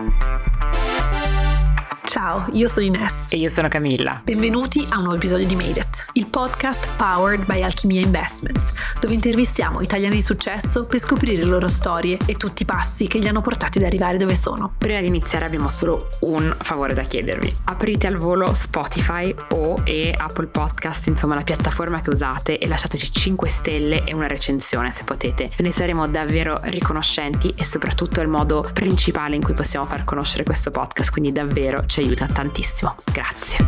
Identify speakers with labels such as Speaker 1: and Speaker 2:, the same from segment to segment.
Speaker 1: Ciao, io sono Ines.
Speaker 2: E io sono Camilla.
Speaker 1: Benvenuti a un nuovo episodio di Made It, il podcast powered by Alchimia Investments, dove intervistiamo italiani di successo per scoprire le loro storie e tutti i passi che li hanno portati ad arrivare dove sono.
Speaker 2: Prima di iniziare abbiamo solo un favore da chiedervi. Aprite al volo Spotify e Apple Podcast, insomma la piattaforma che usate, e lasciateci 5 stelle e una recensione se potete. Ve ne saremo davvero riconoscenti e soprattutto è il modo principale in cui possiamo far conoscere questo podcast, quindi davvero ci aiuta tantissimo. Grazie.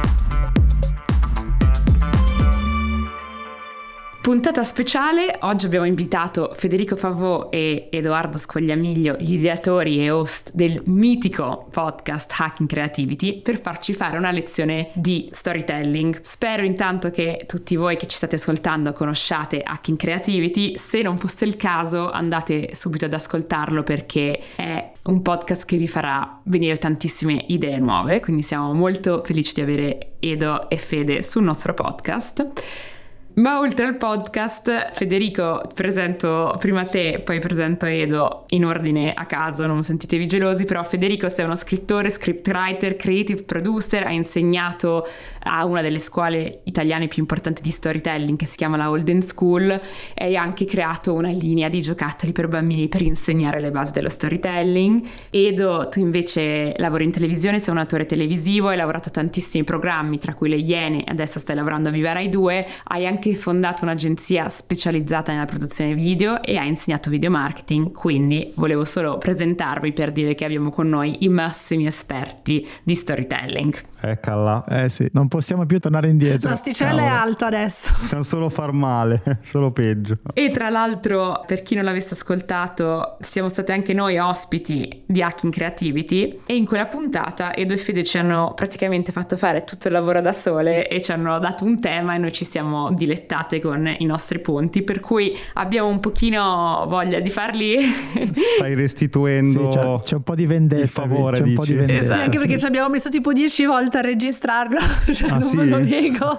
Speaker 2: Puntata speciale, oggi abbiamo invitato Federico Favò e Edoardo Scogliamiglio, gli ideatori e host del mitico podcast Hacking Creativity, per farci fare una lezione di storytelling. Spero intanto che tutti voi che ci state ascoltando conosciate Hacking Creativity. Se non fosse il caso, andate subito ad ascoltarlo perché è un podcast che vi farà venire tantissime idee nuove, quindi siamo molto felici di avere Edo e Fede sul nostro podcast. Ma oltre al podcast, Federico, presento prima te, poi presento Edo in ordine a caso, non sentitevi gelosi, però Federico sei uno scrittore, scriptwriter, creative producer, ha insegnato a una delle scuole italiane più importanti di storytelling che si chiama la Holden School e hai anche creato una linea di giocattoli per bambini per insegnare le basi dello storytelling. Edo, tu invece lavori in televisione, sei un attore televisivo, hai lavorato a tantissimi programmi, tra cui Le Iene, adesso stai lavorando a Viva Rai 2, hai anche fondato un'agenzia specializzata nella produzione video e ha insegnato video marketing, quindi volevo solo presentarvi per dire che abbiamo con noi i massimi esperti di storytelling.
Speaker 3: Eccola.
Speaker 4: Sì, non possiamo più tornare indietro.
Speaker 1: L'asticella è alto adesso.
Speaker 3: Possiamo solo far male, solo peggio.
Speaker 2: E tra l'altro, per chi non l'avesse ascoltato, siamo stati anche noi ospiti di Hacking Creativity e in quella puntata Edo e Fede ci hanno praticamente fatto fare tutto il lavoro da sole e ci hanno dato un tema e noi ci siamo dilettate con i nostri punti, per cui abbiamo un pochino voglia di farli.
Speaker 3: Stai restituendo.
Speaker 4: Sì, c'è un po' di vendetta.
Speaker 3: Il favore,
Speaker 4: c'è un po' di vendetta.
Speaker 2: Esatto.
Speaker 1: Sì, anche perché ci abbiamo messo tipo 10 volte a registrarlo, cioè non
Speaker 3: sì?
Speaker 1: ve lo nego.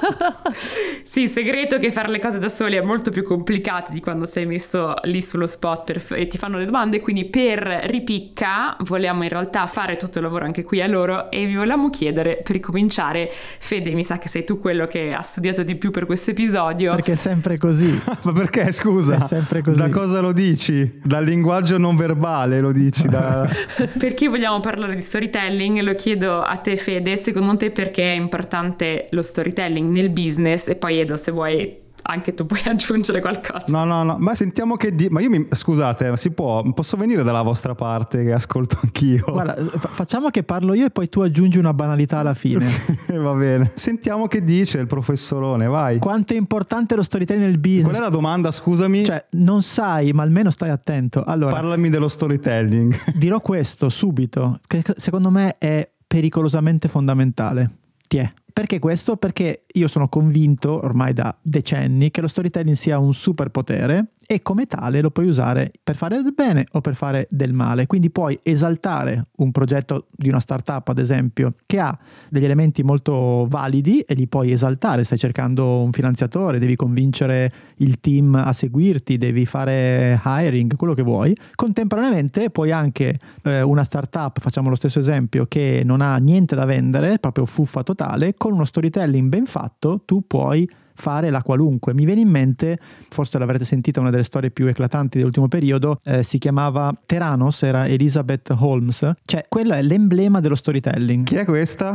Speaker 2: Sì, segreto che fare le cose da soli è molto più complicato di quando sei messo lì sullo spot e ti fanno le domande, quindi per ripicca vogliamo in realtà fare tutto il lavoro anche qui a loro e vi volevamo chiedere, per ricominciare, Fede, mi sa che sei tu quello che ha studiato di più per questo episodio.
Speaker 4: Perché è sempre così.
Speaker 3: Ma perché, scusa?
Speaker 4: È sempre così.
Speaker 3: Da cosa lo dici? Dal linguaggio non verbale lo dici?
Speaker 2: Perché vogliamo parlare di storytelling? Lo chiedo a te, Fede, secondo te perché è importante lo storytelling nel business? E poi Edo, se vuoi anche tu puoi aggiungere qualcosa.
Speaker 3: No, ma sentiamo che ma scusate, posso venire dalla vostra parte che ascolto anch'io?
Speaker 4: Guarda, facciamo che parlo io e poi tu aggiungi una banalità alla fine.
Speaker 3: Sì, va bene. Sentiamo che dice il professorone, vai.
Speaker 4: Quanto è importante lo storytelling nel business?
Speaker 3: Qual è la domanda, scusami?
Speaker 4: Cioè, non sai, ma almeno stai attento. Allora,
Speaker 3: parlami dello storytelling.
Speaker 4: Dirò questo subito, che secondo me è pericolosamente fondamentale. Perché questo? Perché io sono convinto ormai da decenni che lo storytelling sia un superpotere e come tale lo puoi usare per fare del bene o per fare del male. Quindi puoi esaltare un progetto di una startup, ad esempio, che ha degli elementi molto validi e li puoi esaltare. Stai cercando un finanziatore, devi convincere il team a seguirti, devi fare hiring, quello che vuoi. Contemporaneamente puoi anche una startup, facciamo lo stesso esempio, che non ha niente da vendere, proprio fuffa totale, con uno storytelling ben fatto tu puoi fare la qualunque. Mi viene in mente, forse l'avrete sentita, una delle storie più eclatanti dell'ultimo periodo, si chiamava Theranos, era Elizabeth Holmes, cioè quello è l'emblema dello storytelling.
Speaker 3: Chi è questa?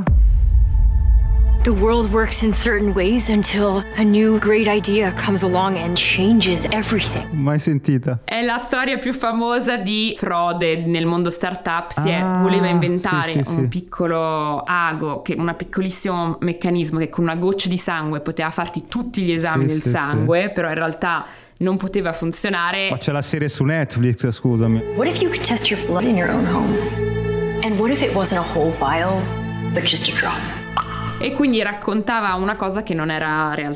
Speaker 5: The world works in certain ways until a new great idea comes along and changes everything.
Speaker 3: Mai sentita.
Speaker 2: È la storia più famosa di frode nel mondo startup. Voleva inventare un piccolo ago, un piccolissimo meccanismo che con una goccia di sangue poteva farti tutti gli esami del sangue, però in realtà non poteva funzionare.
Speaker 3: Ma c'è la serie su Netflix, scusami.
Speaker 5: What if you could test your blood in your own home? And what if it wasn't a whole vial, but just a drop?
Speaker 2: E quindi raccontava una cosa che non era realtà.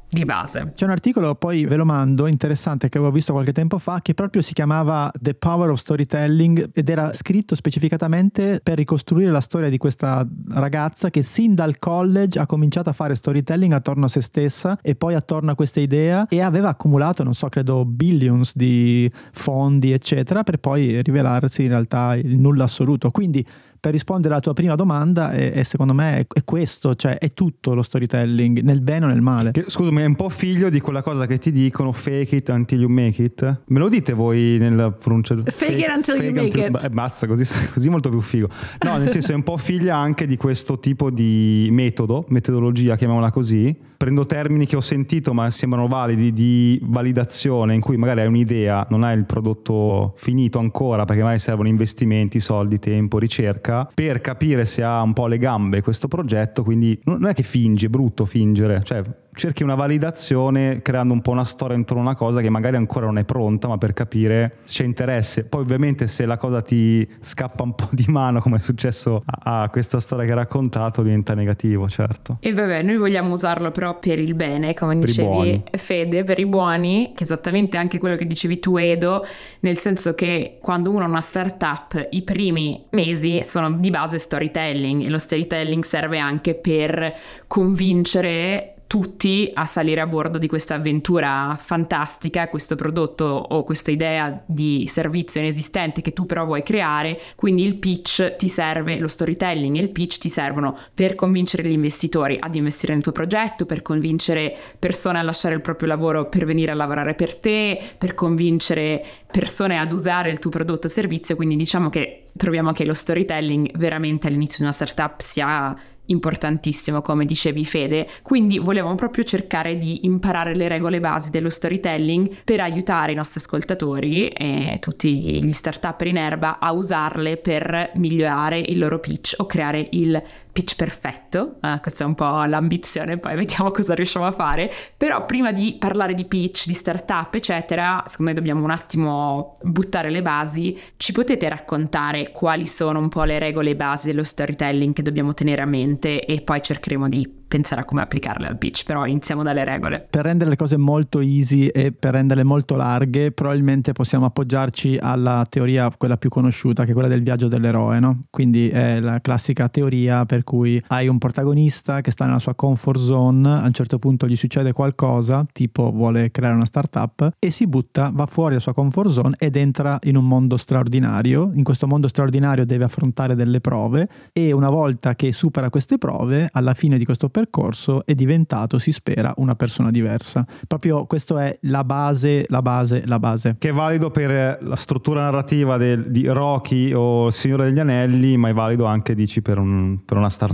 Speaker 2: di base.
Speaker 4: C'è un articolo, poi ve lo mando, interessante, che avevo visto qualche tempo fa, che proprio si chiamava The Power of Storytelling ed era scritto specificatamente per ricostruire la storia di questa ragazza che sin dal college ha cominciato a fare storytelling attorno a se stessa e poi attorno a questa idea, e aveva accumulato, non so, credo billions di fondi eccetera, per poi rivelarsi in realtà il nulla assoluto. Quindi, per rispondere alla tua prima domanda, secondo me è questo, cioè è tutto lo storytelling, nel bene o nel male.
Speaker 3: Scusami, è un po' figlio di quella cosa che ti dicono fake it until you make it. Me lo dite voi nella pronuncia?
Speaker 1: Fake it until you make it.
Speaker 3: Basta, così molto più figo. No, nel senso è un po' figlia anche di questo tipo di metodologia, chiamiamola così. Prendo termini che ho sentito ma sembrano validi, di validazione, in cui magari hai un'idea, non hai il prodotto finito ancora perché magari servono investimenti, soldi, tempo, ricerca, per capire se ha un po' le gambe questo progetto. Quindi non è che fingi, è brutto fingere, cioè cerchi una validazione creando un po' una storia intorno a una cosa che magari ancora non è pronta, ma per capire se c'è interesse. Poi ovviamente se la cosa ti scappa un po' di mano, come è successo a questa storia che hai raccontato, diventa negativo, certo.
Speaker 2: E vabbè, noi vogliamo usarlo però per il bene, come dicevi Fede, per i buoni, che è esattamente anche quello che dicevi tu Edo, nel senso che quando uno ha una startup i primi mesi sono di base storytelling, e lo storytelling serve anche per convincere tutti a salire a bordo di questa avventura fantastica, questo prodotto o questa idea di servizio inesistente che tu però vuoi creare. Quindi il pitch ti serve, lo storytelling e il pitch ti servono per convincere gli investitori ad investire nel tuo progetto, per convincere persone a lasciare il proprio lavoro per venire a lavorare per te, per convincere persone ad usare il tuo prodotto o servizio. Quindi diciamo che troviamo che lo storytelling veramente all'inizio di una startup sia importantissimo, come dicevi Fede. Quindi volevamo proprio cercare di imparare le regole basi dello storytelling per aiutare i nostri ascoltatori e tutti gli startupper in erba a usarle per migliorare il loro pitch o creare il pitch perfetto. Questa è un po' l'ambizione, poi vediamo cosa riusciamo a fare. Però prima di parlare di pitch, di startup eccetera, secondo me dobbiamo un attimo buttare le basi. Ci potete raccontare quali sono un po' le regole basi dello storytelling che dobbiamo tenere a mente, e poi cercheremo di pensare a come applicarle al pitch, però iniziamo dalle regole.
Speaker 4: Per rendere le cose molto easy e per renderle molto larghe, probabilmente possiamo appoggiarci alla teoria, quella più conosciuta, che è quella del viaggio dell'eroe, no? Quindi è la classica teoria per cui hai un protagonista che sta nella sua comfort zone, a un certo punto gli succede qualcosa, tipo vuole creare una startup, e si butta, va fuori dalla sua comfort zone ed entra in un mondo straordinario. In questo mondo straordinario deve affrontare delle prove, e una volta che supera queste prove, alla fine di questo percorso è diventato, si spera, una persona diversa. Proprio questo è la base. Che è valido per la struttura narrativa di Rocky o Il Signore degli Anelli, ma è valido anche, dici, per una startup.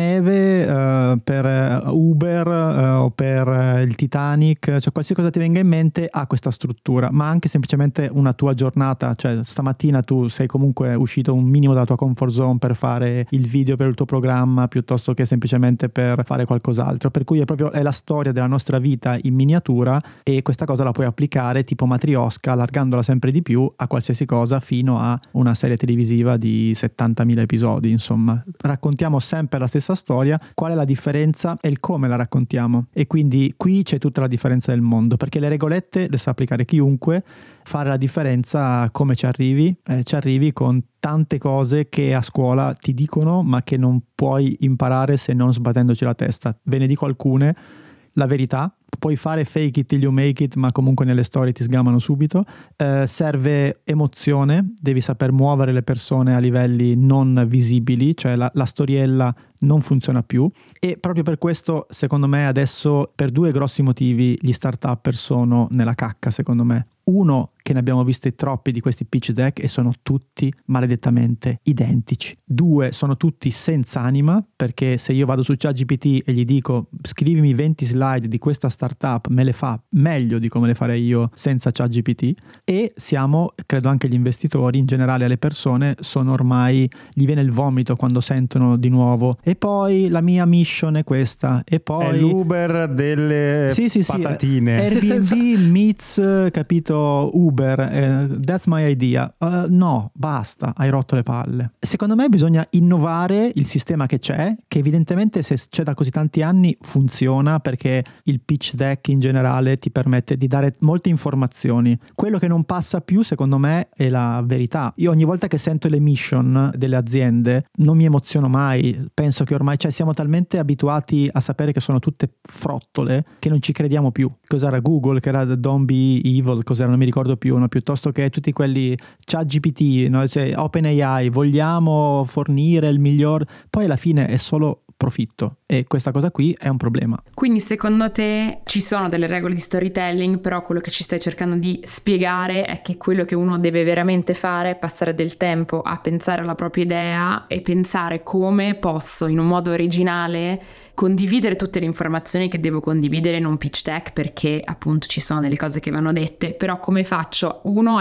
Speaker 4: Biancaneve, per Uber o per il Titanic, cioè qualsiasi cosa ti venga in mente ha questa struttura, ma anche semplicemente una tua giornata, cioè stamattina tu sei comunque uscito un minimo dalla tua comfort zone per fare il video per il tuo programma, piuttosto che semplicemente per fare qualcos'altro, per cui è la storia della nostra vita in miniatura, e questa cosa la puoi applicare tipo matriosca, allargandola sempre di più a qualsiasi cosa, fino a una serie televisiva di 70.000 episodi. Insomma, raccontiamo sempre la stessa storia, qual è la differenza e il come la raccontiamo, e quindi qui c'è tutta la differenza del mondo, perché le regolette le sa applicare chiunque. Fare la differenza come ci arrivi con tante cose che a scuola ti dicono ma che non puoi imparare se non sbattendoci la testa. Ve ne dico alcune. La verità, puoi fare fake it till you make it, ma comunque nelle storie ti sgamano subito. Serve emozione, devi saper muovere le persone a livelli non visibili, cioè la storiella non funziona più, e proprio per questo secondo me adesso, per due grossi motivi, gli startupper sono nella cacca, secondo me. Uno, che ne abbiamo visti troppi di questi pitch deck e sono tutti maledettamente identici. Due, sono tutti senza anima, perché se io vado su ChatGPT e gli dico scrivimi 20 slide di questa startup, me le fa meglio di come le farei io senza ChatGPT. E siamo, credo anche gli investitori, in generale alle persone, sono ormai, gli viene il vomito quando sentono di nuovo e poi la mia mission è questa, e poi è l'Uber delle patatine. Airbnb meets, capito, Uber. Uber, that's my idea. No, basta, hai rotto le palle. Secondo me bisogna innovare il sistema che c'è, che evidentemente se c'è da così tanti anni funziona, perché il pitch deck in generale ti permette di dare molte informazioni. Quello che non passa più, secondo me, è la verità. Io ogni volta che sento le mission delle aziende non mi emoziono mai. Penso che ormai siamo talmente abituati a sapere che sono tutte frottole che non ci crediamo più. Cos'era Google, che era Don't Be Evil, cos'era, non mi ricordo più, no? Piuttosto che tutti quelli ChatGPT, no? Cioè, OpenAI, vogliamo fornire il miglior, poi alla fine è solo profitto, e questa cosa qui è un problema.
Speaker 2: Quindi secondo te ci sono delle regole di storytelling, però quello che ci stai cercando di spiegare è che quello che uno deve veramente fare è passare del tempo a pensare alla propria idea e pensare come posso in un modo originale condividere tutte le informazioni che devo condividere in un pitch deck, perché appunto ci sono delle cose che vanno dette, però come faccio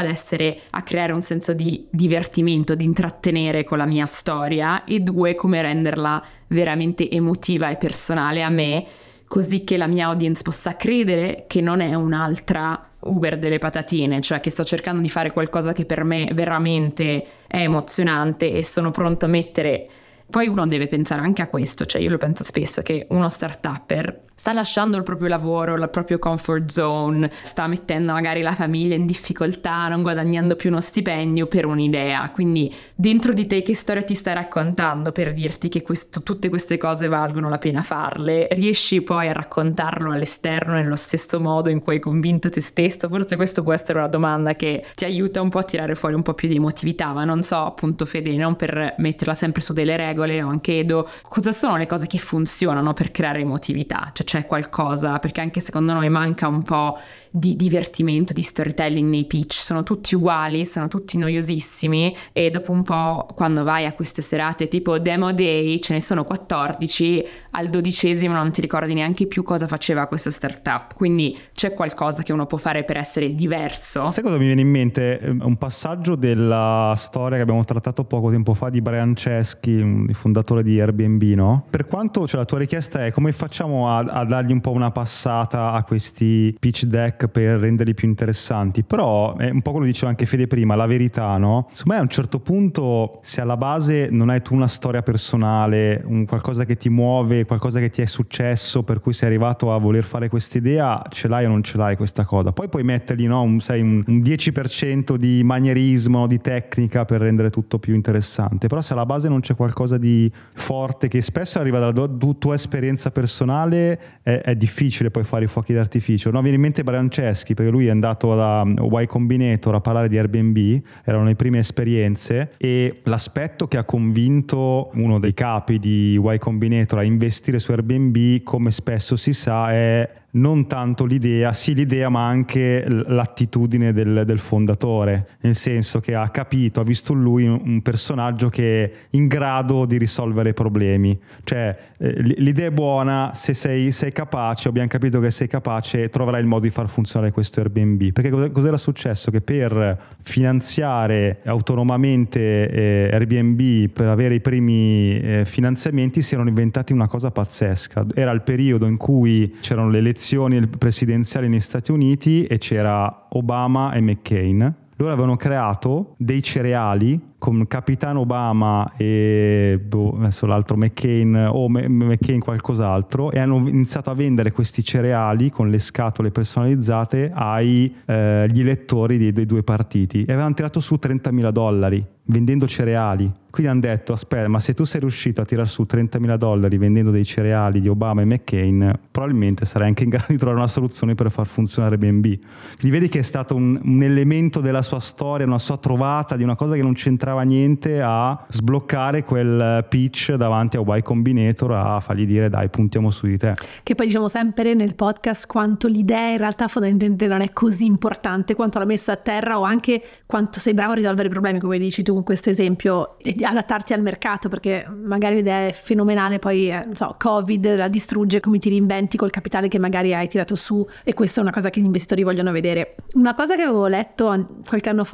Speaker 2: a creare un senso di divertimento, di intrattenere con la mia storia, e 2, come renderla veramente emotiva e personale a me, così che la mia audience possa credere che non è un'altra Uber delle patatine, cioè che sto cercando di fare qualcosa che per me veramente è emozionante e sono pronto a mettere. Poi uno deve pensare anche a questo, cioè io lo penso spesso, che uno startupper sta lasciando il proprio lavoro, il proprio comfort zone, sta mettendo magari la famiglia in difficoltà, non guadagnando più uno stipendio per un'idea. Quindi dentro di te che storia ti stai raccontando per dirti che tutte queste cose valgono la pena farle? Riesci poi a raccontarlo all'esterno nello stesso modo in cui hai convinto te stesso? Forse questo può essere una domanda che ti aiuta un po' a tirare fuori un po' più di emotività, ma non so, appunto Fede, non per metterla sempre su delle regole, o anche Edo, cosa sono le cose che funzionano per creare emotività? Cioè c'è qualcosa, perché anche secondo noi manca un po' di divertimento, di storytelling nei pitch, sono tutti uguali, sono tutti noiosissimi, e dopo un po', quando vai a queste serate tipo Demo Day, ce ne sono 14, al 12° non ti ricordi neanche più cosa faceva questa startup. Quindi c'è qualcosa che uno può fare per essere diverso?
Speaker 3: Sai cosa mi viene in mente? Un passaggio della storia che abbiamo trattato poco tempo fa di Brian Chesky, il fondatore di Airbnb, no? Per quanto, cioè, la tua richiesta è come facciamo a dargli un po' una passata a questi pitch deck per renderli più interessanti, però è un po' quello che diceva anche Fede prima, la verità, no? Secondo me a un certo punto, se alla base non hai tu una storia personale, un qualcosa che ti muove, qualcosa che ti è successo per cui sei arrivato a voler fare questa idea, ce l'hai o non ce l'hai questa cosa, poi puoi mettergli, no, un 10% di manierismo, di tecnica per rendere tutto più interessante, però se alla base non c'è qualcosa di forte che spesso arriva dalla tua esperienza personale, è difficile poi fare i fuochi d'artificio, no? Viene in mente Brian Chesky, perché lui è andato da Y Combinator a parlare di Airbnb, erano le prime esperienze, e l'aspetto che ha convinto uno dei capi di Y Combinator a investire su Airbnb, come spesso si sa, è non tanto l'idea, sì l'idea, ma anche l'attitudine del fondatore, nel senso che ha capito, ha visto in lui un personaggio che è in grado di risolvere problemi, cioè l'idea è buona, se sei capace, abbiamo capito che sei capace, troverai il modo di far funzionare questo Airbnb, perché cos'era successo? Che per finanziare autonomamente Airbnb, per avere i primi finanziamenti, si erano inventati una cosa pazzesca. Era il periodo in cui c'erano le elezioni presidenziali negli Stati Uniti e c'era Obama e McCain. Loro avevano creato dei cereali con Capitano Obama e adesso l'altro McCain o McCain qualcos'altro, e hanno iniziato a vendere questi cereali con le scatole personalizzate agli elettori dei due partiti, e avevano tirato su $30.000 vendendo cereali. Quindi hanno detto: aspetta, ma se tu sei riuscito a tirare su $30.000 vendendo dei cereali di Obama e McCain, probabilmente sarai anche in grado di trovare una soluzione per far funzionare Airbnb. Quindi vedi che è stato un elemento della sua storia, una sua trovata di una cosa che non c'entrava niente, a sbloccare quel pitch davanti a Y Combinator, a fargli dire: dai, puntiamo su di te.
Speaker 1: Che poi diciamo sempre nel podcast quanto l'idea in realtà fondamentalmente non è così importante quanto la messa a terra, o anche quanto sei bravo a risolvere i problemi, come dici tu con questo esempio, e adattarti al mercato, perché magari l'idea è fenomenale, poi non so, Covid la distrugge, come ti reinventi col capitale che magari hai tirato su, e questa è una cosa che gli investitori vogliono vedere. Una cosa che avevo letto qualche anno fa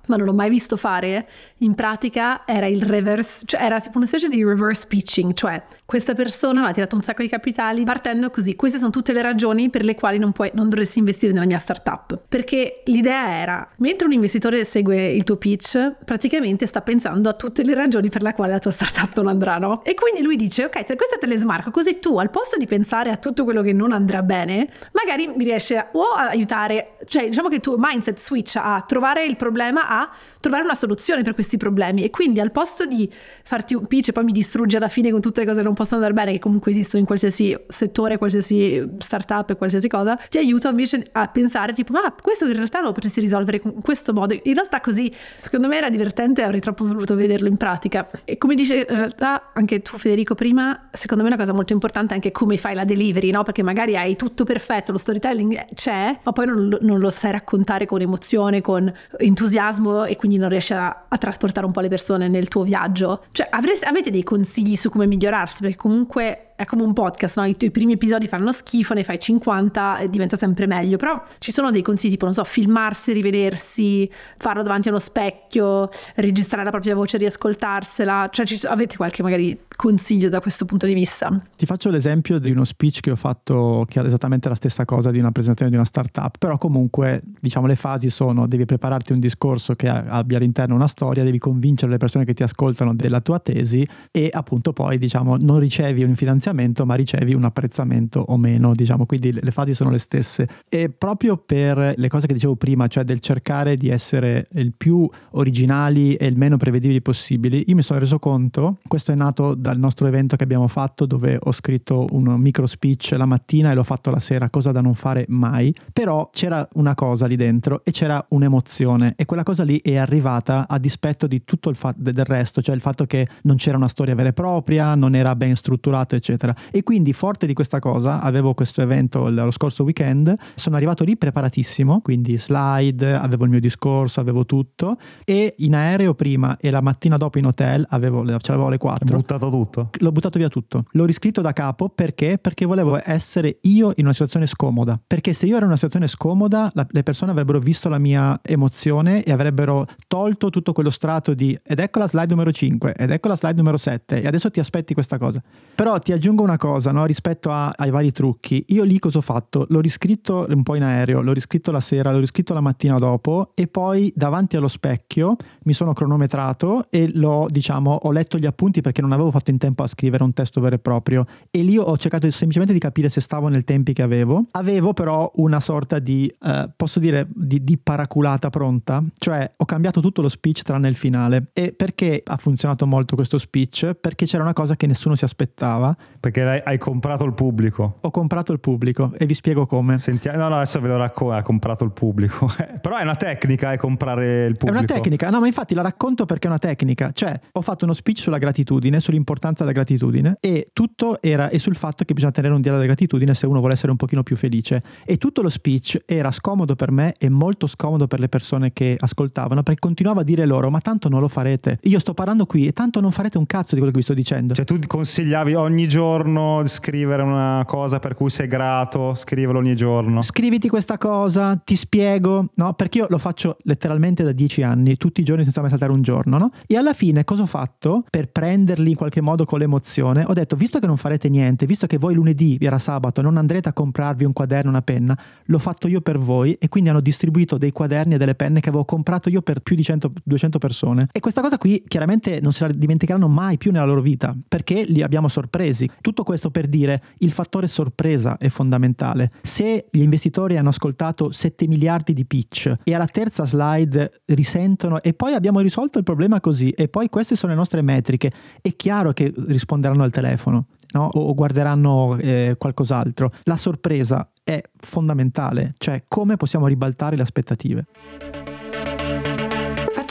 Speaker 1: ma non l'ho mai visto fare, in pratica era il reverse, cioè era tipo una specie di reverse pitching, cioè questa persona aveva tirato un sacco di capitali partendo così: queste sono tutte le ragioni per le quali non dovresti investire nella mia startup. Perché l'idea era, mentre un investitore segue il tuo pitch, praticamente sta pensando a tutte le ragioni per le quali la tua startup non andrà, no? E quindi lui dice: ok, queste te le smarco, così tu al posto di pensare a tutto quello che non andrà bene, magari mi riesce a aiutare, cioè diciamo che il tuo mindset switch a trovare il problema, a trovare una soluzione per questi problemi. E quindi al posto di farti un pitch e poi mi distrugge alla fine con tutte le cose che non possono andare bene, che comunque esistono in qualsiasi settore, qualsiasi startup e qualsiasi cosa, ti aiuta invece a pensare tipo: ma questo in realtà lo potresti risolvere in questo modo. In realtà così, secondo me era divertente, avrei troppo voluto vederlo in pratica. E come dice in realtà anche tu, Federico, prima, secondo me una cosa molto importante è anche come fai la delivery, no? Perché magari hai tutto perfetto, lo storytelling c'è, ma poi non lo sai raccontare con emozione, con entusiasmo, e quindi non riesci a trasportare un po' le persone nel tuo viaggio. Cioè avete dei consigli su come migliorarsi? Perché comunque è come un podcast, no? I tuoi primi episodi fanno schifo, ne fai 50 e diventa sempre meglio, però ci sono dei consigli tipo, non so, filmarsi, rivedersi, farlo davanti a uno specchio, registrare la propria voce, riascoltarsela, cioè avete qualche magari consiglio da questo punto di vista?
Speaker 4: Ti faccio l'esempio di uno speech che ho fatto che è esattamente la stessa cosa di una presentazione di una startup, però comunque diciamo le fasi sono: devi prepararti un discorso che abbia all'interno una storia, devi convincere le persone che ti ascoltano della tua tesi, e appunto poi diciamo non ricevi un finanziamento ma ricevi un apprezzamento o meno, diciamo, quindi le fasi sono le stesse. E proprio per le cose che dicevo prima, cioè del cercare di essere il più originali e il meno prevedibili possibili, io mi sono reso conto, questo è nato dal nostro evento che abbiamo fatto, dove ho scritto un micro speech la mattina e l'ho fatto la sera, cosa da non fare mai, però c'era una cosa lì dentro e c'era un'emozione, e quella cosa lì è arrivata a dispetto di tutto il del resto, cioè il fatto che non c'era una storia vera e propria, non era ben strutturato, eccetera. E quindi, forte di questa cosa, avevo questo evento lo scorso weekend, sono arrivato lì preparatissimo, quindi slide, avevo il mio discorso, avevo tutto, e in aereo prima e la mattina dopo in hotel ce l'avevo alle 4.
Speaker 3: Hai buttato tutto?
Speaker 4: L'ho buttato via tutto, l'ho riscritto da capo. Perché volevo essere io in una situazione scomoda, perché se io ero in una situazione scomoda le persone avrebbero visto la mia emozione e avrebbero tolto tutto quello strato di ed ecco la slide numero 5 ed ecco la slide numero 7 e adesso ti aspetti questa cosa. Però ti aggiungo una cosa, no? Rispetto ai vari trucchi, io lì cosa ho fatto? L'ho riscritto un po' in aereo, l'ho riscritto la sera, l'ho riscritto la mattina dopo, e poi davanti allo specchio mi sono cronometrato e ho letto gli appunti, perché non avevo fatto in tempo a scrivere un testo vero e proprio, e lì ho cercato semplicemente di capire se stavo nei tempi che avevo però una sorta di posso dire di paraculata pronta, cioè ho cambiato tutto lo speech tranne il finale. E perché ha funzionato molto questo speech? Perché c'era una cosa che nessuno si aspettava.
Speaker 3: Perché hai comprato il pubblico.
Speaker 4: Ho comprato il pubblico, e vi spiego come.
Speaker 3: No, adesso ve lo racconto. Ha comprato il pubblico. Però è una tecnica, comprare il pubblico.
Speaker 4: È una tecnica, no, ma infatti la racconto perché è una tecnica. Cioè, ho fatto uno speech sulla gratitudine, sull'importanza della gratitudine, e tutto era e sul fatto che bisogna tenere un dialogo della gratitudine se uno vuole essere un pochino più felice. E tutto lo speech era scomodo per me e molto scomodo per le persone che ascoltavano, perché continuavo a dire loro: ma tanto non lo farete, io sto parlando qui e tanto non farete un cazzo di quello che vi sto dicendo.
Speaker 3: Cioè tu consigliavi ogni giorno di scrivere una cosa per cui sei grato, scriverlo ogni giorno.
Speaker 4: Scriviti questa cosa, ti spiego, no? Perché io lo faccio letteralmente da 10 anni, tutti i giorni senza mai saltare un giorno, no? E alla fine cosa ho fatto? Per prenderli in qualche modo con l'emozione, ho detto: visto che non farete niente, visto che voi lunedì, era sabato, non andrete a comprarvi un quaderno, una penna, l'ho fatto io per voi. E quindi hanno distribuito dei quaderni e delle penne che avevo comprato io per più di 200 persone. E questa cosa qui chiaramente non se la dimenticheranno mai più nella loro vita, perché li abbiamo sorpresi. Tutto questo per dire: il fattore sorpresa è fondamentale. Se gli investitori hanno ascoltato 7 miliardi di pitch e alla terza slide risentono e poi abbiamo risolto il problema così e poi queste sono le nostre metriche, è chiaro che risponderanno al telefono, no? O guarderanno qualcos'altro. La sorpresa è fondamentale, cioè come possiamo ribaltare le aspettative.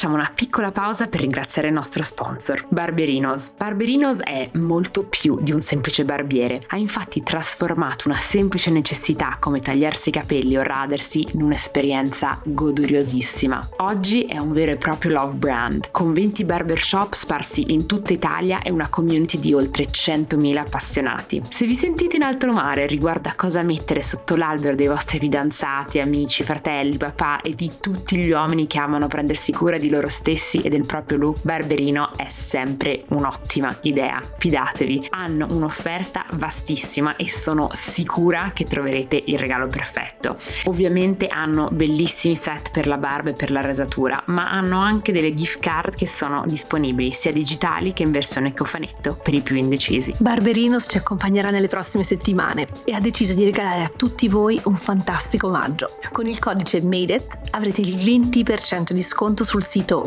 Speaker 2: facciamo una piccola pausa per ringraziare il nostro sponsor, Barberinos. Barberinos è molto più di un semplice barbiere. Ha infatti trasformato una semplice necessità come tagliarsi i capelli o radersi in un'esperienza goduriosissima. Oggi è un vero e proprio love brand, con 20 barbershop sparsi in tutta Italia e una community di oltre 100.000 appassionati. Se vi sentite in alto mare riguardo a cosa mettere sotto l'albero dei vostri fidanzati, amici, fratelli, papà e di tutti gli uomini che amano prendersi cura di loro stessi e del proprio look, Barberino è sempre un'ottima idea. Fidatevi, hanno un'offerta vastissima e sono sicura che troverete il regalo perfetto. Ovviamente hanno bellissimi set per la barba e per la rasatura, ma hanno anche delle gift card che sono disponibili sia digitali che in versione cofanetto per i più indecisi.
Speaker 1: Barberinos ci accompagnerà nelle prossime settimane e ha deciso di regalare a tutti voi un fantastico omaggio. Con il codice MADEIT avrete il 20% di sconto sul sito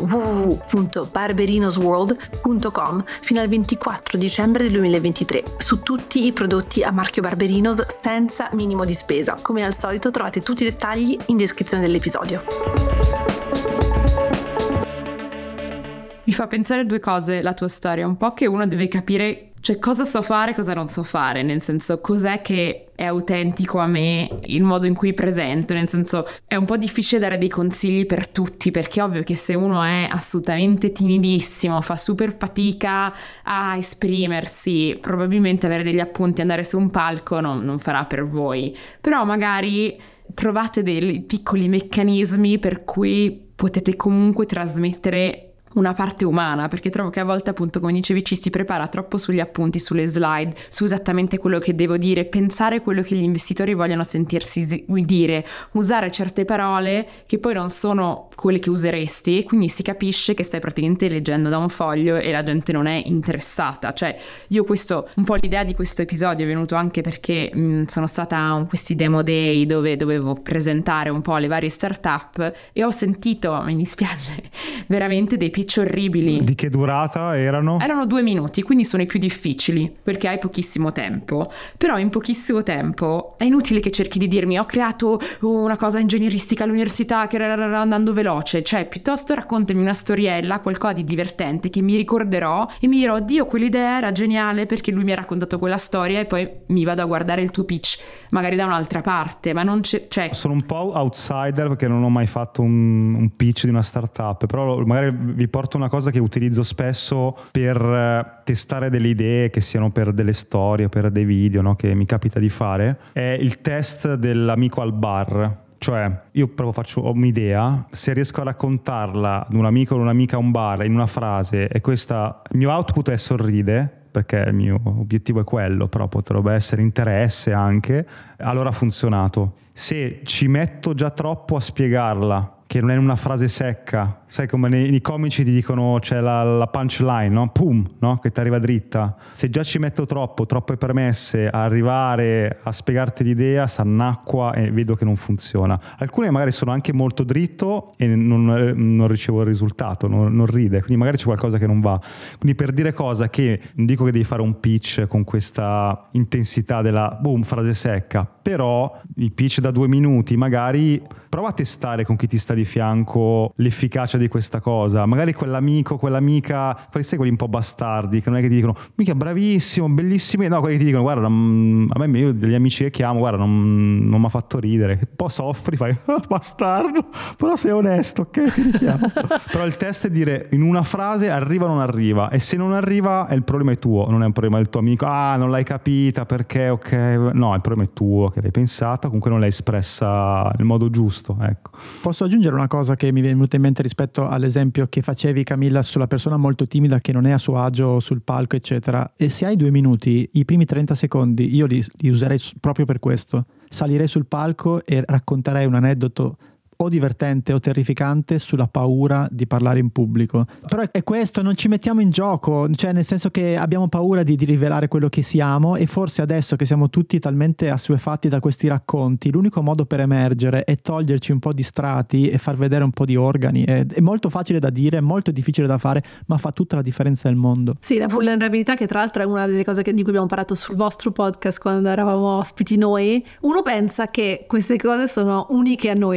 Speaker 1: www.barberinosworld.com fino al 24 dicembre del 2023 su tutti i prodotti a marchio Barberinos senza minimo di spesa. Come al solito trovate tutti i dettagli in descrizione dell'episodio.
Speaker 2: Mi fa pensare due cose la tua storia, un po' che uno deve capire, cioè, cosa so fare e cosa non so fare, nel senso cos'è che è autentico a me, il modo in cui presento, nel senso è un po' difficile dare dei consigli per tutti, perché è ovvio che se uno è assolutamente timidissimo, fa super fatica a esprimersi, probabilmente avere degli appunti, andare su un palco non farà per voi, però magari trovate dei piccoli meccanismi per cui potete comunque trasmettere una parte umana, perché trovo che a volte, appunto, come dicevi, ci si prepara troppo sugli appunti, sulle slide, su esattamente quello che devo dire, pensare quello che gli investitori vogliono sentirsi dire, usare certe parole che poi non sono quelle che useresti, e quindi si capisce che stai praticamente leggendo da un foglio e la gente non è interessata. Cioè, io un po' l'idea di questo episodio è venuto anche perché sono stata a questi demo day dove dovevo presentare un po' le varie startup e ho sentito, mi dispiace, veramente dei pitch orribili.
Speaker 3: Di che durata erano?
Speaker 2: Erano 2 minuti, quindi sono i più difficili perché hai pochissimo tempo, però in pochissimo tempo è inutile che cerchi di dirmi ho creato una cosa ingegneristica all'università che era andando veloce, cioè piuttosto raccontami una storiella, qualcosa di divertente che mi ricorderò e mi dirò Dio, quell'idea era geniale perché lui mi ha raccontato quella storia, e poi mi vado a guardare il tuo pitch magari da un'altra parte, ma non c'è, cioè...
Speaker 3: Sono un po' outsider perché non ho mai fatto un pitch di una startup, però magari vi porto una cosa che utilizzo spesso per testare delle idee, che siano per delle storie, per dei video, no? Che mi capita di fare, è il test dell'amico al bar. Cioè, io proprio ho un'idea, se riesco a raccontarla ad un amico o un'amica a un bar in una frase, e questa, il mio output è sorride, perché il mio obiettivo è quello, però potrebbe essere interesse anche, allora ha funzionato. Se ci metto già troppo a spiegarla, che non è una frase secca, sai come nei comici ti dicono c'è la punchline, no? Pum, no? Che ti arriva dritta. Se già ci metto troppe premesse a arrivare a spiegarti l'idea, s'annacqua e vedo che non funziona. Alcune magari sono anche molto dritto e non ricevo il risultato, non ride, quindi magari c'è qualcosa che non va. Quindi per dire cosa che non dico che devi fare un pitch con questa intensità della boom, frase secca, però i pitch da 2 minuti magari prova a testare con chi ti sta di fianco l'efficacia di questa cosa. Magari quell'amico, quell'amica, sai quelli un po' bastardi che non è che ti dicono mica bravissimo, bellissimo, no, quelli che ti dicono guarda, a me io degli amici che chiamo, guarda, non mi ha fatto ridere, un po' soffri, fai bastardo, però sei onesto, ok, ti richiamo. Però il test è dire in una frase arriva o non arriva, e se non arriva il problema è tuo, non è un problema del tuo amico, non l'hai capita perché, ok, no, il problema è tuo, che l'hai pensata, comunque non l'hai espressa nel modo giusto. Ecco.
Speaker 4: Posso aggiungere una cosa che mi è venuta in mente rispetto all'esempio che facevi, Camilla, sulla persona molto timida che non è a suo agio sul palco, eccetera. E se hai 2 minuti, i primi 30 secondi io li userei proprio per questo. Salirei sul palco e racconterei un aneddoto o divertente o terrificante sulla paura di parlare in pubblico. Però è questo, non ci mettiamo in gioco, cioè nel senso che abbiamo paura di rivelare quello che siamo, e forse adesso che siamo tutti talmente assuefatti da questi racconti, l'unico modo per emergere è toglierci un po' di strati e far vedere un po' di organi. È molto facile da dire, è molto difficile da fare, ma fa tutta la differenza del mondo.
Speaker 1: Sì, la vulnerabilità, che tra l'altro è una delle cose di cui abbiamo parlato sul vostro podcast quando eravamo ospiti noi. Uno pensa che queste cose sono uniche a noi, no? Cioè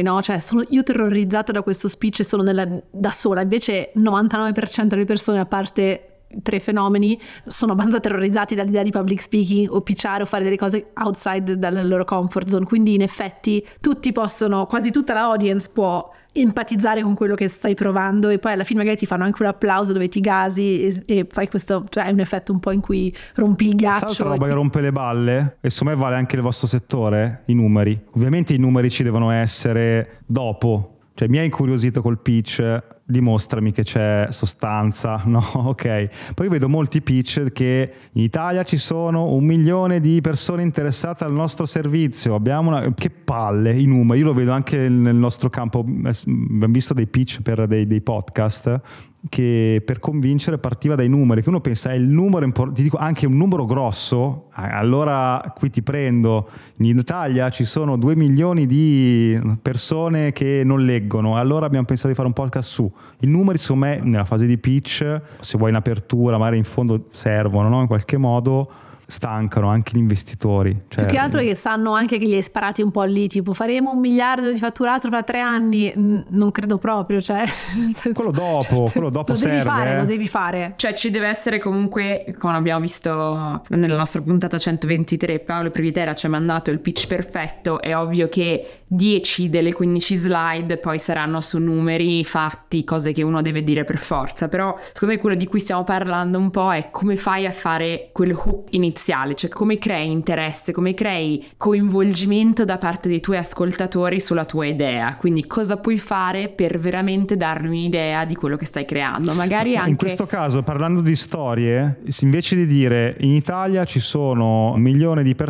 Speaker 1: sono io terrorizzata da questo speech e sono da sola, invece 99% delle persone, a parte 3 fenomeni, sono abbastanza terrorizzati dall'idea di public speaking o pitchare o fare delle cose outside dalla loro comfort zone, quindi in effetti quasi tutta la audience può empatizzare con quello che stai provando, e poi alla fine magari ti fanno anche un applauso dove ti gasi e fai questo, cioè è un effetto un po' in cui rompi il ghiaccio.
Speaker 3: L'altra roba che rompe le balle, e secondo me vale anche nel vostro settore, i numeri. Ovviamente i numeri ci devono essere dopo. Cioè mi ha incuriosito col pitch, dimostrami che c'è sostanza, no? Ok. Poi vedo molti pitch che in Italia ci sono 1 milione di persone interessate al nostro servizio, abbiamo che palle i numeri. Io lo vedo anche nel nostro campo, abbiamo visto dei pitch per dei podcast che per convincere partiva dai numeri, che uno pensa è il numero ti dico anche un numero grosso, allora qui ti prendo. In Italia ci sono 2 milioni di persone che non leggono, allora abbiamo pensato di fare un podcast su i numeri. Secondo me nella fase di pitch, se vuoi in apertura, magari in fondo servono, no? In qualche modo stancano anche gli investitori. Cioè,
Speaker 1: più che altro è che sanno anche che gli hai sparati un po' lì, tipo faremo 1 miliardo di fatturato fra 3 anni, non credo proprio, cioè
Speaker 3: quello dopo
Speaker 1: lo
Speaker 3: serve,
Speaker 1: lo devi fare.
Speaker 2: Cioè ci deve essere comunque, come abbiamo visto nella nostra puntata 123, Paolo Privitera ci ha mandato il pitch perfetto. È ovvio che 10 delle 15 slide poi saranno su numeri, fatti, cose che uno deve dire per forza, però secondo me quello di cui stiamo parlando un po' è come fai a fare quel hook iniziale, cioè come crei interesse, come crei coinvolgimento da parte dei tuoi ascoltatori sulla tua idea, quindi cosa puoi fare per veramente dargli un'idea di quello che stai creando. Magari anche
Speaker 3: in questo caso, parlando di storie, invece di dire in Italia ci sono 1 milione di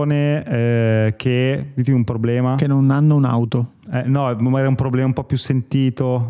Speaker 3: persone che, dite un problema,
Speaker 4: che non hanno un'auto,
Speaker 3: no, magari è un problema un po' più sentito,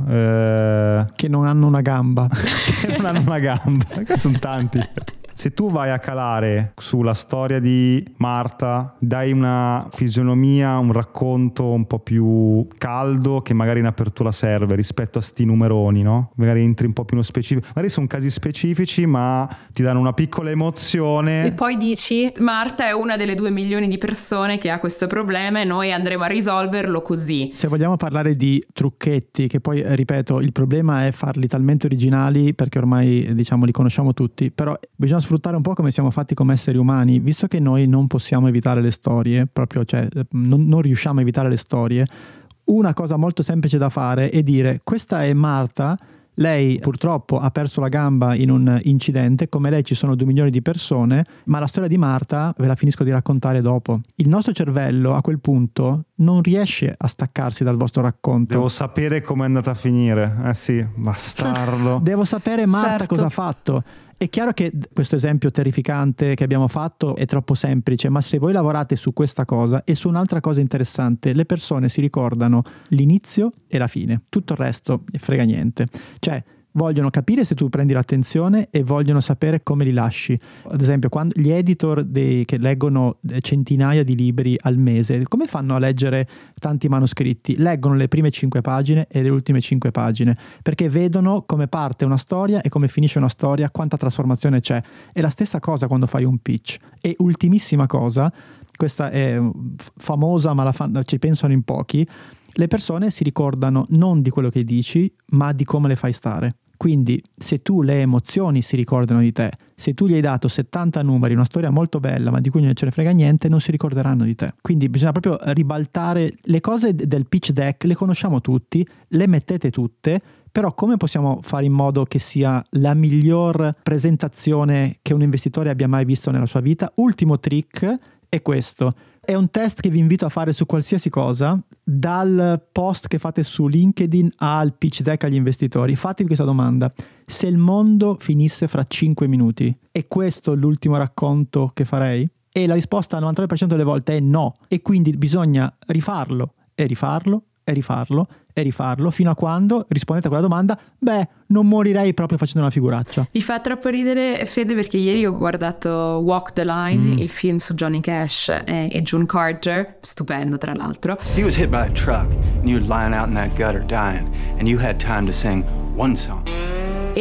Speaker 4: che non hanno una gamba
Speaker 3: che non hanno una gamba, che sono tanti. Se tu vai a calare sulla storia di Marta, dai una fisionomia, un racconto un po' più caldo che magari in apertura serve rispetto a sti numeroni, no? Magari entri un po' più nello specifico. Magari sono casi specifici, ma ti danno una piccola emozione.
Speaker 1: E poi dici:
Speaker 2: Marta è una delle 2 milioni di persone che ha questo problema e noi andremo a risolverlo così.
Speaker 4: Se vogliamo parlare di trucchetti, che poi, ripeto, il problema è farli talmente originali perché ormai, diciamo, li conosciamo tutti, però bisogna sfruttare un po' come siamo fatti come esseri umani, visto che noi non possiamo evitare le storie, proprio, cioè non riusciamo a evitare le storie. Una cosa molto semplice da fare è dire: questa è Marta, lei purtroppo ha perso la gamba in un incidente, come lei ci sono 2 milioni di persone, ma la storia di Marta ve la finisco di raccontare dopo. Il nostro cervello a quel punto non riesce a staccarsi dal vostro racconto.
Speaker 3: Devo sapere come è andata a finire. Sì, bastardo.
Speaker 4: Devo sapere Marta
Speaker 1: certo.
Speaker 4: cosa ha fatto. È chiaro che questo esempio terrificante che abbiamo fatto è troppo semplice, ma se voi lavorate su questa cosa e su un'altra cosa interessante, le persone si ricordano l'inizio e la fine, tutto il resto frega niente. Cioè, vogliono capire se tu prendi l'attenzione e vogliono sapere come li lasci. Ad esempio, quando gli editor che leggono centinaia di libri al mese, come fanno a leggere tanti manoscritti? Leggono le prime 5 pagine e le ultime 5 pagine, perché vedono come parte una storia e come finisce una storia, quanta trasformazione c'è. È la stessa cosa quando fai un pitch. E ultimissima cosa, questa è famosa ma ci pensano in pochi, le persone si ricordano non di quello che dici, ma di come le fai stare. Quindi se tu le emozioni si ricordano di te, se tu gli hai dato 70 numeri, una storia molto bella ma di cui non ce ne frega niente, non si ricorderanno di te. Quindi bisogna proprio ribaltare le cose del pitch deck, le conosciamo tutti, le mettete tutte, però come possiamo fare in modo che sia la miglior presentazione che un investitore abbia mai visto nella sua vita? Ultimo trick è questo. È un test che vi invito a fare su qualsiasi cosa, dal post che fate su LinkedIn al pitch deck agli investitori. Fatevi questa domanda: se il mondo finisse fra 5 minuti, è questo l'ultimo racconto che farei? E la risposta al 99% delle volte è no, e quindi bisogna rifarlo e rifarlo e rifarlo e rifarlo fino a quando rispondete a quella domanda: beh, non morirei proprio facendo una figuraccia.
Speaker 2: Mi fa troppo ridere, Fede, perché ieri ho guardato Walk the Line, il film su Johnny Cash e June Carter, stupendo tra l'altro.
Speaker 6: He was hit by a truck and you were lying out in that gutter dying and you had time to sing one song.
Speaker 2: E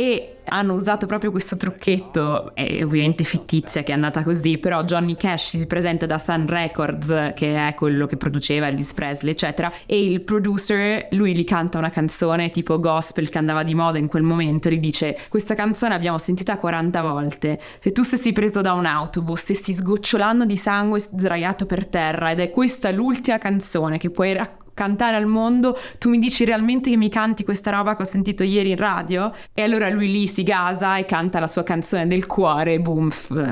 Speaker 2: hanno usato proprio questo trucchetto, è ovviamente fittizia che è andata così, però Johnny Cash si presenta da Sun Records, che è quello che produceva Elvis Presley eccetera, e il producer, lui gli canta una canzone tipo gospel che andava di moda in quel momento, gli dice: questa canzone abbiamo sentita 40 volte, se tu stessi preso da un autobus, stessi sgocciolando di sangue sdraiato per terra ed è questa l'ultima canzone che puoi cantare al mondo, tu mi dici realmente che mi canti questa roba che ho sentito ieri in radio? E allora lui lì si gasa e canta la sua canzone del cuore, boom.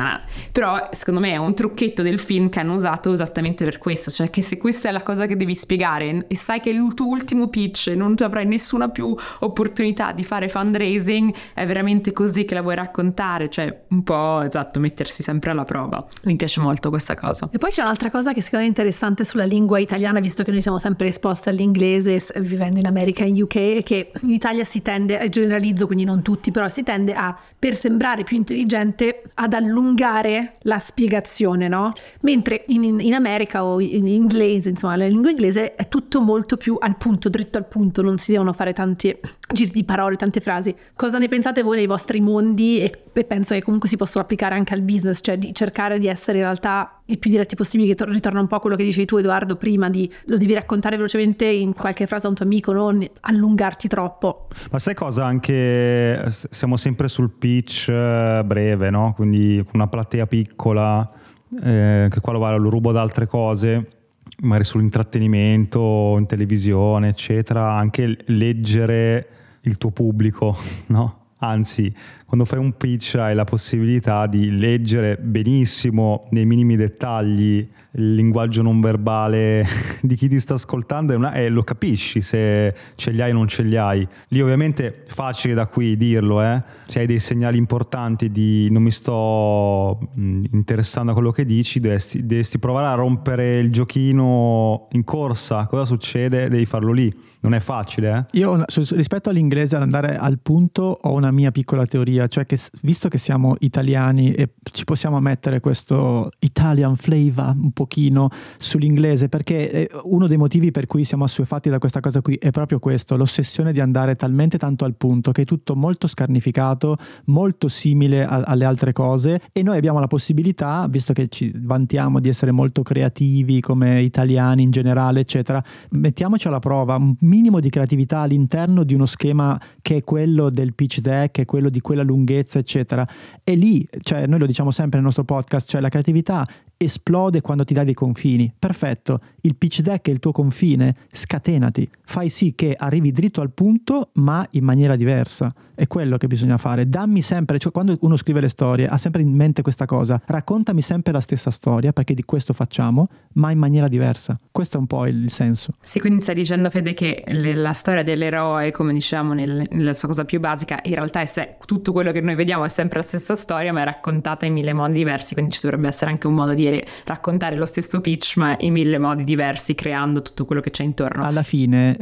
Speaker 2: Però secondo me è un trucchetto del film che hanno usato esattamente per questo, cioè che se questa è la cosa che devi spiegare e sai che è il tuo ultimo pitch, non tu avrai nessuna più opportunità di fare fundraising, è veramente così che la vuoi raccontare, cioè un po' esatto, mettersi sempre alla prova. Mi piace molto questa cosa.
Speaker 1: E poi c'è un'altra cosa che secondo me è interessante sulla lingua italiana, visto che noi siamo sempre esposti all'inglese vivendo in America e in UK, che in Italia si tende, generalizzo quindi non tutti, però si tende a, per sembrare più intelligente, ad allungare la spiegazione, no? Mentre in America o in inglese, insomma la lingua inglese è tutto molto più al punto, dritto al punto, non si devono fare tanti giri di parole, tante frasi. Cosa ne pensate voi nei vostri mondi? E penso che comunque si possono applicare anche al business, cioè di cercare di essere in realtà il più diretti possibile, che ritorna un po' a quello che dicevi tu Edoardo prima, lo devi raccontare velocemente in qualche frase a un tuo amico, non allungarti troppo.
Speaker 3: Ma sai cosa, anche siamo sempre sul pitch breve, no? Quindi con una platea piccola, che qua lo rubo da altre cose, magari sull'intrattenimento, in televisione eccetera, anche leggere il tuo pubblico, no? Anzi, quando fai un pitch hai la possibilità di leggere benissimo nei minimi dettagli il linguaggio non verbale di chi ti sta ascoltando e lo capisci se ce li hai o non ce li hai. Lì ovviamente è facile da qui dirlo, se hai dei segnali importanti di non mi sto interessando a quello che dici, dovresti provare a rompere il giochino in corsa. Cosa succede? Devi farlo lì. Non è facile,
Speaker 4: Io rispetto all'inglese, ad andare al punto, ho una mia piccola teoria, cioè che visto che siamo italiani e ci possiamo mettere questo Italian flavor un pochino sull'inglese, perché uno dei motivi per cui siamo assuefatti da questa cosa qui è proprio questo, l'ossessione di andare talmente tanto al punto che è tutto molto scarnificato, molto simile alle altre cose, e noi abbiamo la possibilità, visto che ci vantiamo di essere molto creativi come italiani in generale eccetera, mettiamoci alla prova un minimo di creatività all'interno di uno schema che è quello del pitch deck, che è quello di quella lunghezza eccetera, e lì, cioè noi lo diciamo sempre nel nostro podcast, cioè la creatività esplode quando ti dai dei confini. Perfetto, il pitch deck è il tuo confine, scatenati, fai sì che arrivi dritto al punto ma in maniera diversa. È quello che bisogna fare. Dammi sempre, cioè quando uno scrive le storie ha sempre in mente questa cosa, raccontami sempre la stessa storia, perché di questo facciamo, ma in maniera diversa. Questo è un po' il senso.
Speaker 2: Sì, quindi stai dicendo, Fede, che la storia dell'eroe, come diciamo nella sua cosa più basica, in realtà è tutto quello che noi vediamo è sempre la stessa storia, ma è raccontata in 1000 modi diversi, quindi ci dovrebbe essere anche un modo di raccontare lo stesso pitch ma in 1000 modi diversi, creando tutto quello che c'è intorno.
Speaker 4: Alla fine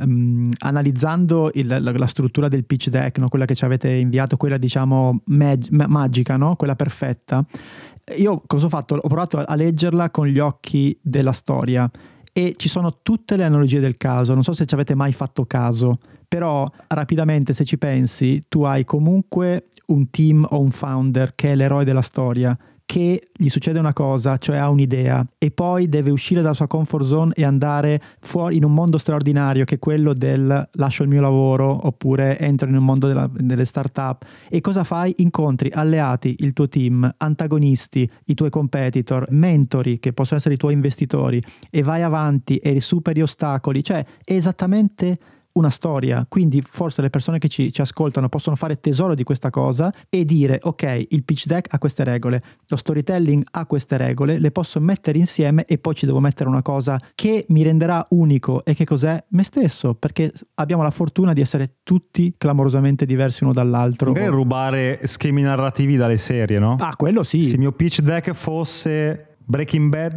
Speaker 4: analizzando la struttura del pitch deck, no? Quella che ci avete inviato, quella diciamo magica, no? Quella perfetta, io cosa ho fatto? Ho provato a leggerla con gli occhi della storia e ci sono tutte le analogie del caso. Non so se ci avete mai fatto caso, però rapidamente, se ci pensi, tu hai comunque un team o un founder che è l'eroe della storia, che gli succede una cosa, cioè ha un'idea e poi deve uscire dalla sua comfort zone e andare fuori in un mondo straordinario che è quello del lascio il mio lavoro oppure entro in un mondo delle start-up. E cosa fai? Incontri alleati, il tuo team, antagonisti, i tuoi competitor, mentori che possono essere i tuoi investitori, e vai avanti e superi ostacoli. Cioè è esattamente una storia, quindi forse le persone che ci ascoltano possono fare tesoro di questa cosa e dire: ok, il pitch deck ha queste regole, lo storytelling ha queste regole, le posso mettere insieme e poi ci devo mettere una cosa che mi renderà unico. E che cos'è? Me stesso, perché abbiamo la fortuna di essere tutti clamorosamente diversi uno dall'altro.
Speaker 3: Magari rubare schemi narrativi dalle serie, no?
Speaker 4: Ah, quello sì.
Speaker 3: Se il mio pitch deck fosse Breaking Bad,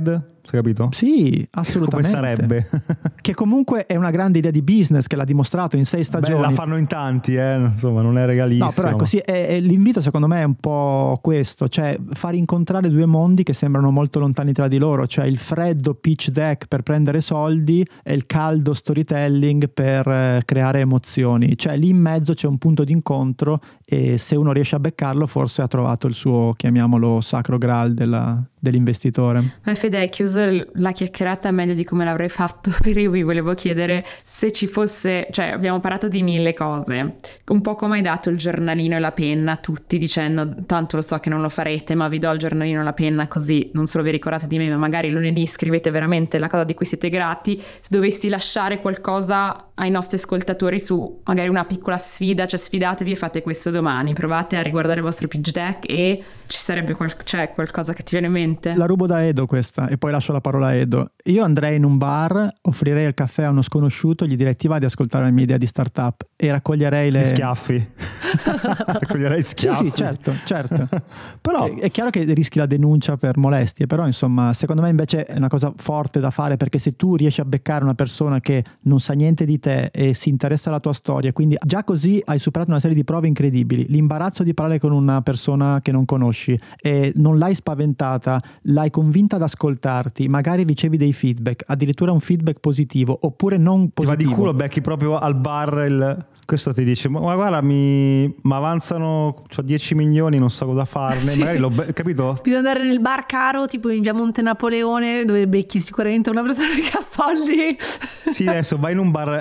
Speaker 3: capito?
Speaker 4: Sì, assolutamente.
Speaker 3: Come sarebbe?
Speaker 4: Che comunque è una grande idea di business che l'ha dimostrato in 6 stagioni.
Speaker 3: Beh, la fanno in tanti, insomma, non è regalissimo.
Speaker 4: No, però ecco, sì, l'invito secondo me è un po' questo, cioè far incontrare due mondi che sembrano molto lontani tra di loro, cioè il freddo pitch deck per prendere soldi e il caldo storytelling per creare emozioni. Cioè lì in mezzo c'è un punto di incontro e se uno riesce a beccarlo forse ha trovato il suo, chiamiamolo, sacro graal dell'investitore.
Speaker 2: Fede, hai chiuso la chiacchierata meglio di come l'avrei fatto. Io vi volevo chiedere se ci fosse, cioè abbiamo parlato di 1000 cose, un po' come hai dato il giornalino e la penna a tutti dicendo tanto lo so che non lo farete ma vi do il giornalino e la penna così non solo vi ricordate di me ma magari lunedì scrivete veramente la cosa di cui siete grati. Se dovessi lasciare qualcosa ai nostri ascoltatori su magari una piccola sfida, cioè sfidatevi e fate questo domani, provate a riguardare il vostro pitch deck e ci sarebbe qualcosa che ti viene in mente?
Speaker 4: La rubo da Edo questa e poi lascio la parola a Edo. Io andrei in un bar, offrirei il caffè a uno sconosciuto, gli direi ti va di ascoltare la mia idea di startup e raccoglierei
Speaker 3: gli schiaffi. Raccoglierei schiaffi.
Speaker 4: Sì, certo. Però è chiaro che rischi la denuncia per molestie, però insomma secondo me invece è una cosa forte da fare, perché se tu riesci a beccare una persona che non sa niente di te e si interessa alla tua storia, quindi già così hai superato una serie di prove incredibili, l'imbarazzo di parlare con una persona che non conosci e non l'hai spaventata, l'hai convinta ad ascoltarti, magari ricevi dei feedback, addirittura un feedback positivo oppure non positivo.
Speaker 3: Ti va di culo, becchi proprio al bar questo ti dice ma guarda mi avanzano, c'ho 10 milioni, non so cosa farne, sì. Magari capito?
Speaker 1: Bisogna andare nel bar caro tipo in via Monte Napoleone dove becchi sicuramente una persona che ha soldi.
Speaker 3: Sì, adesso vai in un bar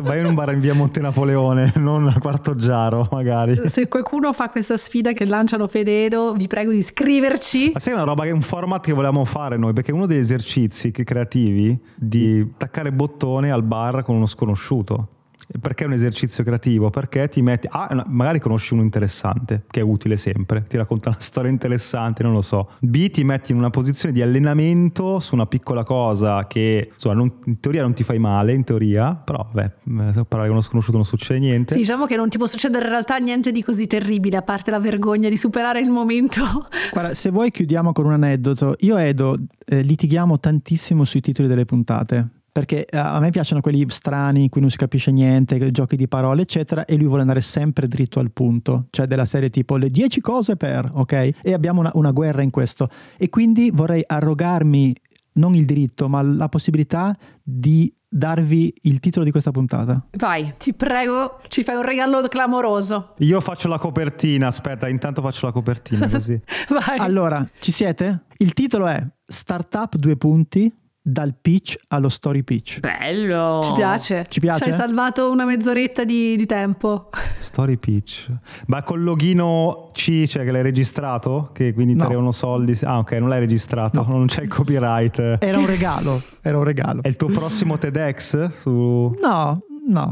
Speaker 3: in via Monte Napoleone, non a Quartoggiaro magari.
Speaker 1: Se qualcuno fa questa sfida che lanciano Fede Edo, vi prego di iscriverci.
Speaker 3: Ma sai una roba, che è un format che volevamo fare noi, perché uno degli esercizi creativi di attaccare bottone al bar con uno sconosciuto. Perché è un esercizio creativo? Perché ti metti magari conosci uno interessante che è utile sempre, ti racconta una storia interessante, non lo so. B, ti metti in una posizione di allenamento su una piccola cosa che insomma in teoria non ti fai male, in teoria, però parlare con uno sconosciuto non succede niente.
Speaker 1: Sì, diciamo che non ti può succedere in realtà niente di così terribile, a parte la vergogna di superare il momento.
Speaker 4: Guarda, se vuoi chiudiamo con un aneddoto. Io e Edo litighiamo tantissimo sui titoli delle puntate, perché a me piacciono quelli strani in cui non si capisce niente, giochi di parole eccetera, e lui vuole andare sempre dritto al punto, cioè della serie tipo le 10 cose per, ok? E abbiamo una guerra in questo, e quindi vorrei arrogarmi non il diritto ma la possibilità di darvi il titolo di questa puntata.
Speaker 2: Vai,
Speaker 1: ti prego, ci fai un regalo clamoroso.
Speaker 3: Io faccio la copertina, aspetta, intanto faccio la copertina così.
Speaker 1: Vai.
Speaker 4: Allora, ci siete? Il titolo è Startup 2 punti dal pitch allo story pitch.
Speaker 2: Bello!
Speaker 1: Ci piace.
Speaker 4: Ci piace?
Speaker 1: Ci hai salvato una mezz'oretta di tempo.
Speaker 3: Story pitch. Ma col logino C, cioè che l'hai registrato? Che quindi ti arrivano soldi? Ah, ok, non l'hai registrato, non c'è il copyright.
Speaker 4: Era un regalo. È il
Speaker 3: tuo prossimo TEDx?
Speaker 4: No.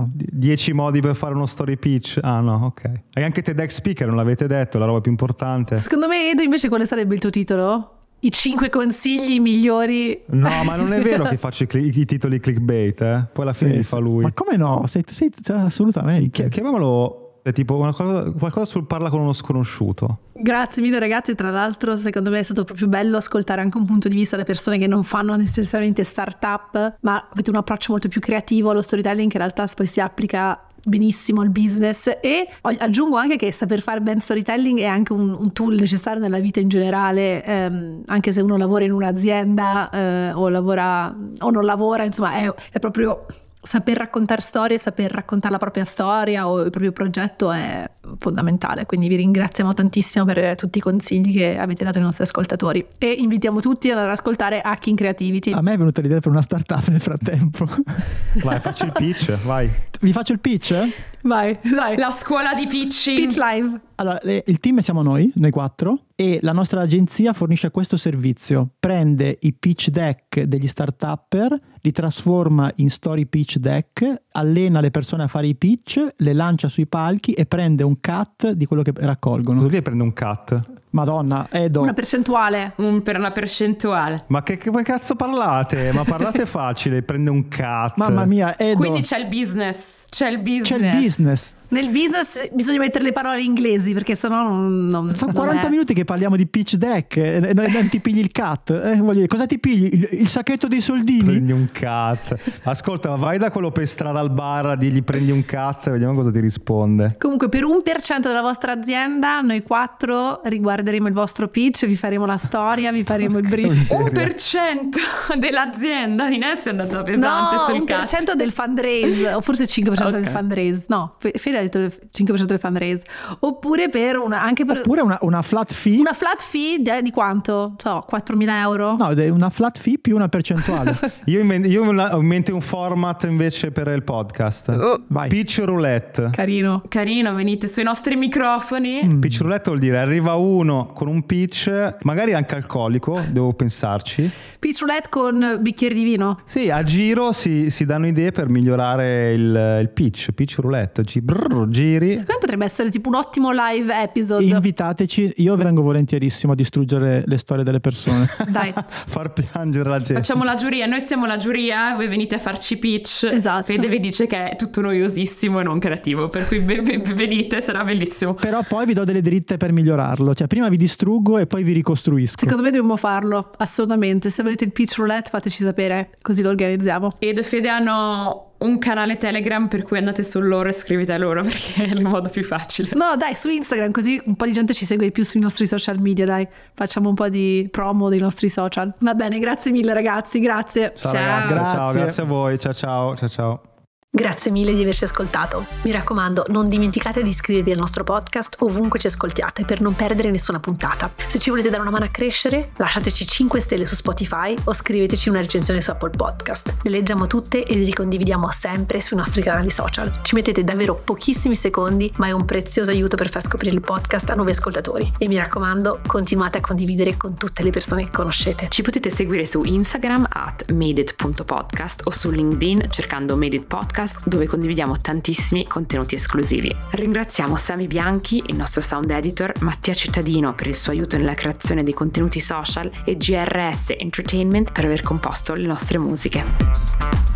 Speaker 3: 10 modi per fare uno story pitch. Ah no, ok. Hai anche TEDx speaker, non l'avete detto, la roba più importante.
Speaker 1: Secondo me, Edo, invece quale sarebbe il tuo titolo? I 5 consigli migliori.
Speaker 3: No, ma non è vero che faccio i titoli clickbait, poi alla fine li fa lui.
Speaker 4: Ma come no? Sei assolutamente.
Speaker 3: Chiamiamolo tipo qualcosa sul parla con uno sconosciuto.
Speaker 1: Grazie mille ragazzi, tra l'altro secondo me è stato proprio bello ascoltare anche un punto di vista delle persone che non fanno necessariamente startup, ma avete un approccio molto più creativo allo storytelling che in realtà poi si applica benissimo al business. E aggiungo anche che saper fare ben storytelling è anche un tool necessario nella vita in generale, anche se uno lavora in un'azienda o non lavora, insomma è proprio saper raccontare storie, saper raccontare la propria storia o il proprio progetto è fondamentale. Quindi vi ringraziamo tantissimo per tutti i consigli che avete dato ai nostri ascoltatori e invitiamo tutti ad andare ad ascoltare Hacking Creativity.
Speaker 4: A me è venuta l'idea per una startup nel frattempo.
Speaker 3: Vai, facci il pitch, vai.
Speaker 4: Vi faccio il pitch?
Speaker 1: Vai.
Speaker 2: La scuola di pitching.
Speaker 1: Pitch live.
Speaker 4: Allora, il team siamo noi 4, e la nostra agenzia fornisce questo servizio. Prende i pitch deck degli start-upper, li trasforma in story pitch deck, allena le persone a fare i pitch, le lancia sui palchi e prende un cut di quello che raccolgono.
Speaker 3: Vuol dire prende un cut?
Speaker 4: Madonna, Edo.
Speaker 1: Una percentuale.
Speaker 2: Per una percentuale.
Speaker 3: Ma che cazzo parlate? Ma parlate facile, prende un cut.
Speaker 4: Mamma mia, Edo.
Speaker 2: Quindi c'è il business.
Speaker 4: C'è il business.
Speaker 1: Nel business bisogna mettere le parole inglesi perché sennò non
Speaker 4: Sono
Speaker 1: non
Speaker 4: 40
Speaker 1: è.
Speaker 4: minuti che parliamo di pitch deck e non ti pigli il cut. Voglio dire, cosa ti pigli? Il sacchetto dei soldini?
Speaker 3: Prendi un cut. Ascolta, ma vai da quello per strada al bar a dirgli prendi un cut, vediamo cosa ti risponde.
Speaker 1: Comunque per 1% della vostra azienda noi 4 riguarderemo il vostro pitch, vi faremo la storia, vi faremo il brief.
Speaker 2: 1% dell'azienda. Ines è andata pesante
Speaker 1: No,
Speaker 2: sul
Speaker 1: 1%
Speaker 2: cazzo.
Speaker 1: del fundraise, o forse 5%
Speaker 2: Ok.
Speaker 1: del fundraise. No, Fede ha detto il 5% del fundraise. Oppure per
Speaker 4: Oppure una flat fee?
Speaker 1: una flat fee di quanto? So, 4.000 euro?
Speaker 4: No, una flat fee più una percentuale.
Speaker 3: Io ho in mente un format invece per il podcast.
Speaker 4: Vai.
Speaker 3: Pitch roulette.
Speaker 1: Carino.
Speaker 2: Carino, venite sui nostri microfoni.
Speaker 3: Pitch roulette vuol dire arriva uno con un pitch, magari anche alcolico, devo pensarci.
Speaker 1: Pitch roulette con bicchieri di vino.
Speaker 3: Sì, a giro si danno idee per migliorare il pitch roulette. Giri.
Speaker 1: Secondo me potrebbe essere tipo un ottimo live episode.
Speaker 4: Invitateci, io vengo volentierissimo a distruggere le storie delle persone.
Speaker 1: Dai.
Speaker 3: Far piangere la gente.
Speaker 2: Facciamo la giuria, noi siamo la giuria, voi venite a farci pitch.
Speaker 1: Esatto.
Speaker 2: Fede vi dice che è tutto noiosissimo e non creativo, per cui venite, sarà bellissimo.
Speaker 4: Però poi vi do delle dritte per migliorarlo. Cioè prima vi distruggo e poi vi ricostruisco.
Speaker 1: Secondo me dobbiamo farlo, assolutamente. Se volete il pitch roulette fateci sapere, così lo organizziamo.
Speaker 2: Ed e Fede hanno un canale Telegram per cui andate su loro e scrivete a loro perché è il modo più facile.
Speaker 1: No, dai, su Instagram, così un po' di gente ci segue di più sui nostri social media, dai. Facciamo un po' di promo dei nostri social. Va bene, grazie mille ragazzi, grazie.
Speaker 3: Ciao,
Speaker 2: Ciao.
Speaker 3: ragazzi, ciao,
Speaker 4: Grazie.
Speaker 3: grazie a voi. Ciao.
Speaker 1: Grazie mille di averci ascoltato. Mi raccomando, non dimenticate di iscrivervi al nostro podcast ovunque ci ascoltiate per non perdere nessuna puntata. Se ci volete dare una mano a crescere, lasciateci 5 stelle su Spotify o scriveteci una recensione su Apple Podcast. Le leggiamo tutte e le ricondividiamo sempre sui nostri canali social. Ci mettete davvero pochissimi secondi, ma è un prezioso aiuto per far scoprire il podcast a nuovi ascoltatori. E mi raccomando, continuate a condividere con tutte le persone che conoscete.
Speaker 2: Ci potete seguire su Instagram @madeit.podcast o su LinkedIn cercando Made It Podcast, dove condividiamo tantissimi contenuti esclusivi. Ringraziamo Sami Bianchi, il nostro sound editor, Mattia Cittadino per il suo aiuto nella creazione dei contenuti social e GRS Entertainment per aver composto le nostre musiche.